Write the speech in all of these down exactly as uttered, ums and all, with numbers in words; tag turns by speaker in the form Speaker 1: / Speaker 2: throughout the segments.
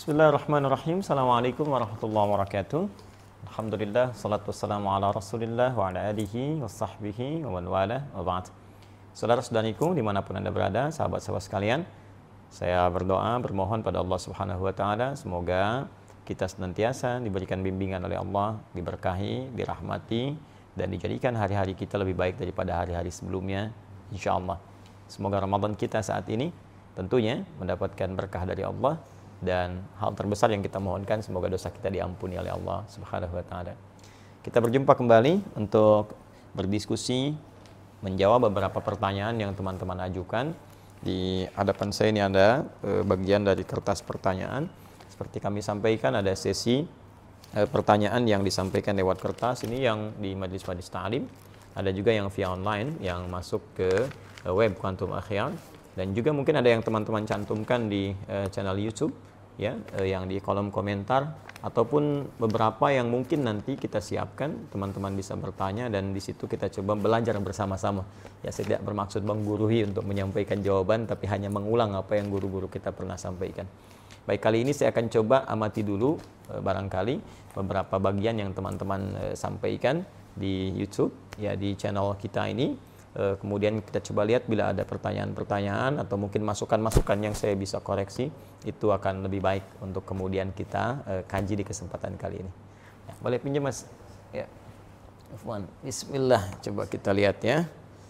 Speaker 1: Bismillahirrahmanirrahim. Assalamualaikum warahmatullahi wabarakatuh. Alhamdulillah, salatu wassalamu ala rasulillah wa ala alihi wa sahbihi wa man wala wa ba'd. Saudara-saudariku dimanapun Anda berada, sahabat-sahabat sekalian, saya berdoa, bermohon pada Allah Subhanahu wa Ta'ala, semoga kita senantiasa diberikan bimbingan oleh Allah, diberkahi, dirahmati, dan dijadikan hari-hari kita lebih baik daripada hari-hari sebelumnya, insya Allah. Semoga Ramadan kita saat ini tentunya mendapatkan berkah dari Allah, dan hal terbesar yang kita mohonkan semoga dosa kita diampuni oleh Allah Subhanahu wa Ta'ala. Kita berjumpa kembali untuk berdiskusi, menjawab beberapa pertanyaan yang teman-teman ajukan. Di hadapan saya ini ada e, bagian dari kertas pertanyaan. Seperti kami sampaikan, ada sesi e, pertanyaan yang disampaikan lewat kertas ini yang di majlis-majlis ta'lim. Ada juga yang via online yang masuk ke e, web Quantum Akhyar, dan juga mungkin ada yang teman-teman cantumkan di e, channel YouTube, ya, eh, yang di kolom komentar, ataupun beberapa yang mungkin nanti kita siapkan, teman-teman bisa bertanya dan di situ kita coba belajar bersama-sama. Ya, saya tidak bermaksud menggurui untuk menyampaikan jawaban, tapi hanya mengulang apa yang guru-guru kita pernah sampaikan. Baik, kali ini saya akan coba amati dulu eh, barangkali beberapa bagian yang teman-teman eh, sampaikan di YouTube, ya, di channel kita ini. Uh, kemudian kita coba lihat bila ada pertanyaan-pertanyaan atau mungkin masukan-masukan yang saya bisa koreksi, itu akan lebih baik untuk kemudian kita uh, kaji di kesempatan kali ini. Ya, boleh pinjam Mas? Ya. Afwan. Bismillah, coba kita lihat ya.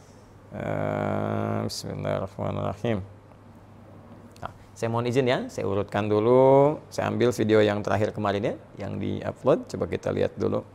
Speaker 1: Uh, Bismillahirrahmanirrahim. Nah, saya mohon izin ya, saya urutkan dulu. Saya ambil video yang terakhir kemarin ya, yang di-upload. Coba kita lihat dulu.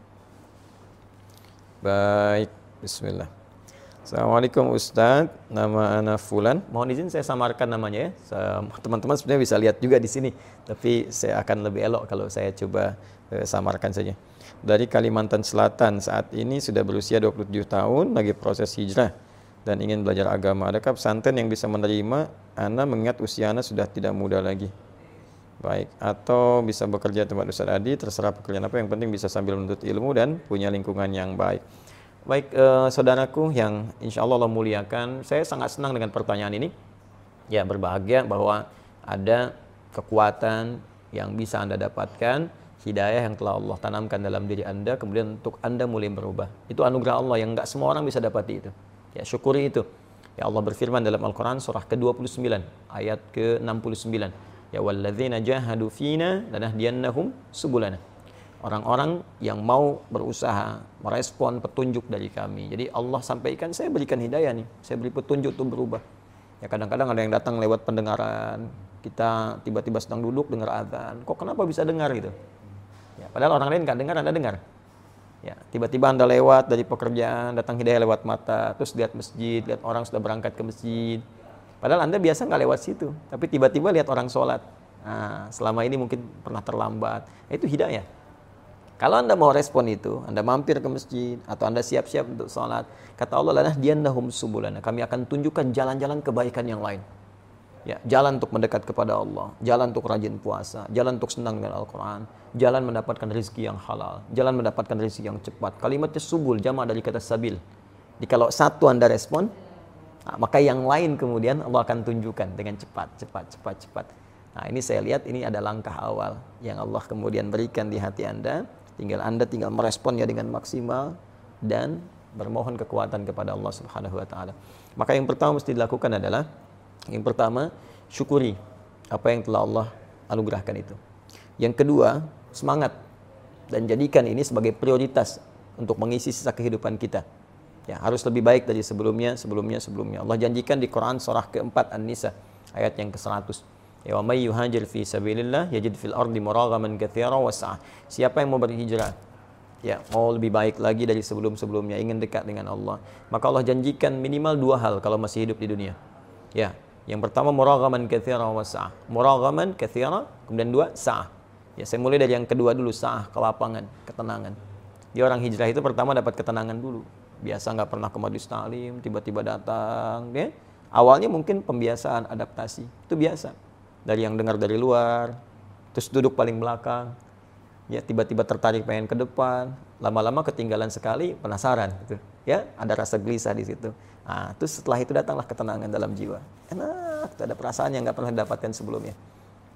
Speaker 1: Baik, Bismillah. Assalamualaikum Ustadz, nama ana Fulan. Mohon izin saya samarkan namanya ya. Teman-teman sebenarnya bisa lihat juga di sini, tapi saya akan lebih elok kalau saya coba eh, samarkan saja. Dari Kalimantan Selatan, saat ini sudah berusia dua puluh tujuh tahun, lagi proses hijrah dan ingin belajar agama. Adakah pesantren yang bisa menerima ana mengingat usia ana sudah tidak muda lagi? Baik, atau bisa bekerja tempat Ustadz Adi, terserah pekerjaan apa, yang penting bisa sambil menuntut ilmu dan punya lingkungan yang baik. Baik, eh, saudaraku yang insya Allah Allah muliakan, saya sangat senang dengan pertanyaan ini. Ya, berbahagia bahwa ada kekuatan yang bisa Anda dapatkan, hidayah yang telah Allah tanamkan dalam diri Anda, kemudian untuk Anda mulai berubah. Itu anugerah Allah yang nggak semua orang bisa dapati itu. Ya, syukuri itu. Ya, Allah berfirman dalam Al-Quran surah ke dua puluh sembilan, ayat ke enam puluh sembilan. Ya, walladzina jahadu fina lanahdiyannahum subulana. Orang-orang yang mau berusaha merespon petunjuk dari kami. Jadi Allah sampaikan, saya berikan hidayah nih, saya beri petunjuk untuk berubah. Ya, kadang-kadang ada yang datang lewat pendengaran, kita tiba-tiba sedang duduk dengar azan, kok kenapa bisa dengar gitu? Ya, padahal orang lain nggak dengar, Anda dengar. Ya, tiba-tiba Anda lewat dari pekerjaan, datang hidayah lewat mata, terus lihat masjid, lihat orang sudah berangkat ke masjid. Padahal Anda biasa nggak lewat situ, tapi tiba-tiba lihat orang sholat. Nah, selama ini mungkin pernah terlambat. Nah, itu hidayah. Kalau Anda mau respon itu, Anda mampir ke masjid atau Anda siap-siap untuk sholat, kata Allah, lanahdiyannahum subulana, kami akan tunjukkan jalan-jalan kebaikan yang lain. Ya, jalan untuk mendekat kepada Allah, jalan untuk rajin puasa, jalan untuk senang dengan Al-Quran, jalan mendapatkan rezeki yang halal, jalan mendapatkan rezeki yang cepat. Kalimatnya subul, jamak dari kata sabil. Jadi kalau satu Anda respon, nah, maka yang lain kemudian Allah akan tunjukkan dengan cepat, cepat, cepat, cepat. Nah, ini saya lihat ini ada langkah awal yang Allah kemudian berikan di hati Anda. Tinggal Anda tinggal meresponnya dengan maksimal dan bermohon kekuatan kepada Allah Subhanahu wa Ta'ala. Maka yang pertama mesti dilakukan adalah, yang pertama, syukuri apa yang telah Allah anugerahkan itu. Yang kedua, semangat dan jadikan ini sebagai prioritas untuk mengisi sisa kehidupan kita. Ya, harus lebih baik dari sebelumnya, sebelumnya, sebelumnya. Allah janjikan di Quran surah keempat An-Nisa ayat yang ke seratus. Ya, wa may yuhajir fi sabilillah yajid fil ardi muraghaman katsira wa sa'ah. Siapa yang mau berhijrah, ya, mau lebih baik lagi dari sebelum-sebelumnya, ingin dekat dengan Allah, maka Allah janjikan minimal dua hal kalau masih hidup di dunia. Ya, yang pertama muraghaman katsira wa sa'ah. Muraghaman katsira, kemudian dua sa'ah. Ya, saya mulai dari yang kedua dulu, sa'ah, kelapangan, ketenangan. Dia orang hijrah itu pertama dapat ketenangan dulu. Biasa nggak pernah ke majlis ta'lim, tiba-tiba datang, ya. Awalnya mungkin pembiasaan, adaptasi, itu biasa. Dari yang dengar dari luar, terus duduk paling belakang, ya, tiba-tiba tertarik pengen ke depan, lama-lama ketinggalan sekali, penasaran gitu. Ya, ada rasa gelisah di situ. Nah, terus setelah itu datanglah ketenangan dalam jiwa. Enak, ada perasaan yang nggak pernah didapatkan sebelumnya.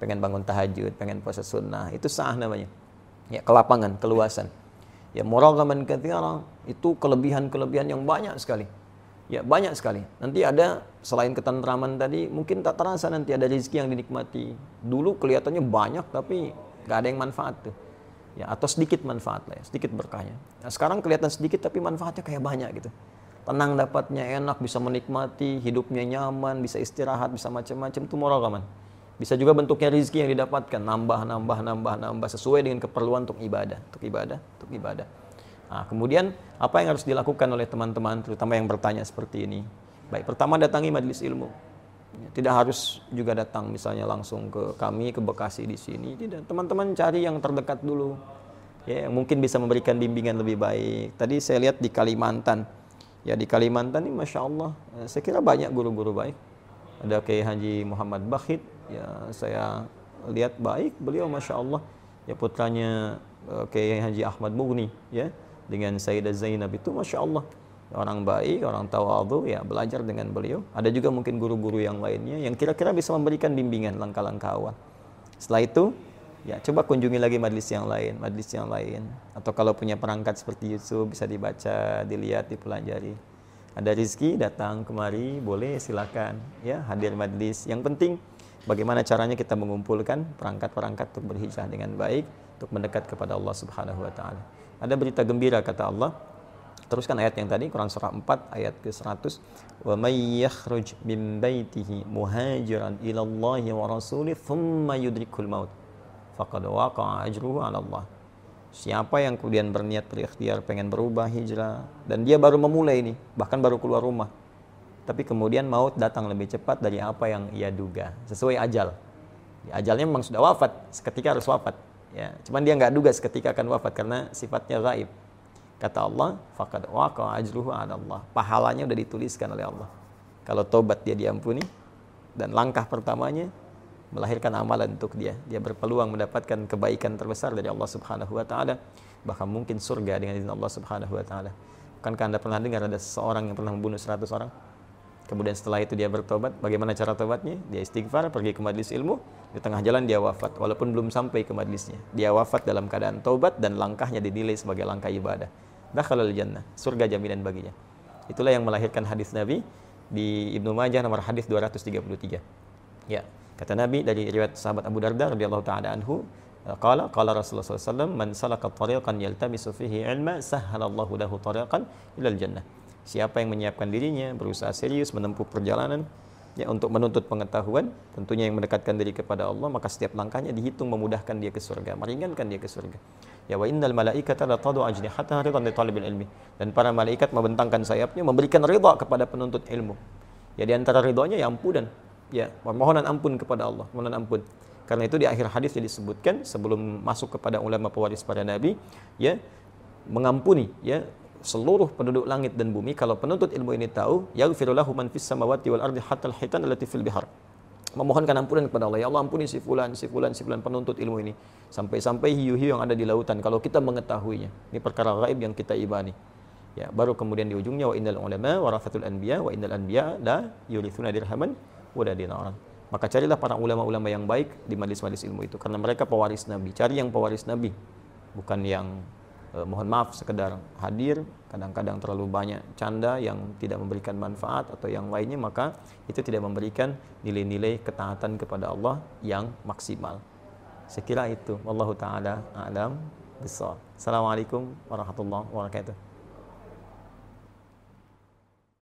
Speaker 1: pengen bangun tahajud, pengen puasa sunnah, itu sah namanya. Ya, kelapangan, keluasan. Ya, muraghaman katsiran, itu kelebihan-kelebihan yang banyak sekali. Ya, banyak sekali. Nanti ada, selain ketentraman tadi, mungkin tak terasa nanti ada rezeki yang dinikmati. Dulu kelihatannya banyak, tapi nggak ada yang manfaat tuh. Ya, atau sedikit manfaat lah ya, sedikit berkahnya. Nah, sekarang kelihatan sedikit, tapi manfaatnya kayak banyak gitu. Tenang dapatnya, enak, bisa menikmati, hidupnya nyaman, bisa istirahat, bisa macam-macam, itu muraghaman. Bisa juga bentuknya rezeki yang didapatkan, nambah, nambah, nambah, nambah, sesuai dengan keperluan untuk ibadah, untuk ibadah, untuk ibadah. Nah, kemudian apa yang harus dilakukan oleh teman-teman, terutama yang bertanya seperti ini? Baik, pertama datangi majelis ilmu. Tidak harus juga datang misalnya langsung ke kami, ke Bekasi di sini. Tidak, teman-teman cari yang terdekat dulu. Ya, yang mungkin bisa memberikan bimbingan lebih baik. Tadi saya lihat di Kalimantan. Ya, di Kalimantan ini Masya Allah, saya kira banyak guru-guru baik. Ada Kiai Haji Muhammad Bakhit, ya saya lihat baik beliau Masya Allah. Ya, putranya Kiai Haji Ahmad Mughni, ya, dengan Sayyidah Zainab itu Masya Allah. Orang baik, orang tawadhu, ya belajar dengan beliau. Ada juga mungkin guru-guru yang lainnya yang kira-kira bisa memberikan bimbingan langkah-langkah awal. Setelah itu, ya coba kunjungi lagi majlis yang lain, majlis yang lain. Atau kalau punya perangkat seperti YouTube bisa dibaca, dilihat, dipelajari. Ada rezeki datang kemari, boleh silakan, ya hadir majlis. Yang penting bagaimana caranya kita mengumpulkan perangkat-perangkat untuk berhijrah dengan baik, untuk mendekat kepada Allah Subhanahu wa taala. Ada berita gembira kata Allah. Teruskan ayat yang tadi, Quran surah empat ayat ke seratus. Wa may yakhruj min baitihi muhajiran ila Allah wa rasulih thumma yudrikul maut faqad waqa'a ajruhu 'ala Allah. Siapa yang kemudian berniat berikhtiar pengen berubah hijrah dan dia baru memulai ini, bahkan baru keluar rumah, tapi kemudian maut datang lebih cepat dari apa yang ia duga, sesuai ajal. Ya, ajalnya memang sudah wafat, seketika harus wafat. Ya, cuman dia nggak duga seketika akan wafat karena sifatnya gaib. Kata Allah, faqad waqa'a ajruhu 'ala Allah. Pahalanya sudah dituliskan oleh Allah. Kalau tobat dia diampuni, dan langkah pertamanya melahirkan amalan untuk dia. Dia berpeluang mendapatkan kebaikan terbesar dari Allah Subhanahu wa taala, bahkan mungkin surga dengan izin Allah Subhanahu wa taala. Bukankah Anda pernah dengar ada seseorang yang pernah membunuh seratus orang? Kemudian setelah itu dia bertobat. Bagaimana cara tobatnya? Dia istighfar, pergi ke majelis ilmu, di tengah jalan dia wafat walaupun belum sampai ke majelisnya. Dia wafat dalam keadaan tobat dan langkahnya dinilai sebagai langkah ibadah. Dakhalal jannah, surga jaminan baginya. Itulah yang melahirkan hadis Nabi di Ibnu Majah nomor hadis dua ratus tiga puluh tiga. Ya, kata Nabi dari riwayat sahabat Abu Darda radhiyallahu taala anhu, qala qala Rasulullah sallallahu alaihi wasallam, man salaka tariqan yaltamisu fihi ilma sahhalallahu lahu tariqan ilal jannah. Siapa yang menyiapkan dirinya, berusaha serius menempuh perjalanan ya untuk menuntut pengetahuan, tentunya yang mendekatkan diri kepada Allah, maka setiap langkahnya dihitung memudahkan dia ke surga, meringankan dia ke surga. Ya, wa innal malaikata la tadu ajnihataha ridan li talibil ilmi. Dan para malaikat membentangkan sayapnya memberikan ridha kepada penuntut ilmu. Ya, di antara ridhonya ya ampunan. Ya, permohonan ampun kepada Allah, permohonan ampun. Karena itu di akhir hadis disebutkan sebelum masuk kepada ulama pewaris para nabi, ya, mengampuni ya seluruh penduduk langit dan bumi kalau penuntut ilmu ini tahu, yaghfiru lahu man fis samawati wal ardi hatta al hitan allati fil bihar. Memohonkan ampunan kepada Allah, ya Allah ampuni si fulan, si fulan, si fulan penuntut ilmu ini, sampai-sampai hiu-hiu yang ada di lautan kalau kita mengetahuinya. Ini perkara gaib yang kita imani. Ya, baru kemudian di ujungnya wa innal ulama warasatul anbiya wa innal anbiya la yurithuna dirhaman wa la dinaran. Maka carilah para ulama-ulama yang baik di majelis-majelis ilmu itu karena mereka pewaris Nabi. Cari yang pewaris Nabi, bukan yang eh, mohon maaf sekedar hadir, kadang-kadang terlalu banyak canda yang tidak memberikan manfaat atau yang lainnya, maka itu tidak memberikan nilai-nilai ketaatan kepada Allah yang maksimal. Saya kira itu. Wallahu taala a'lam bishawab. Assalamualaikum warahmatullahi wabarakatuh.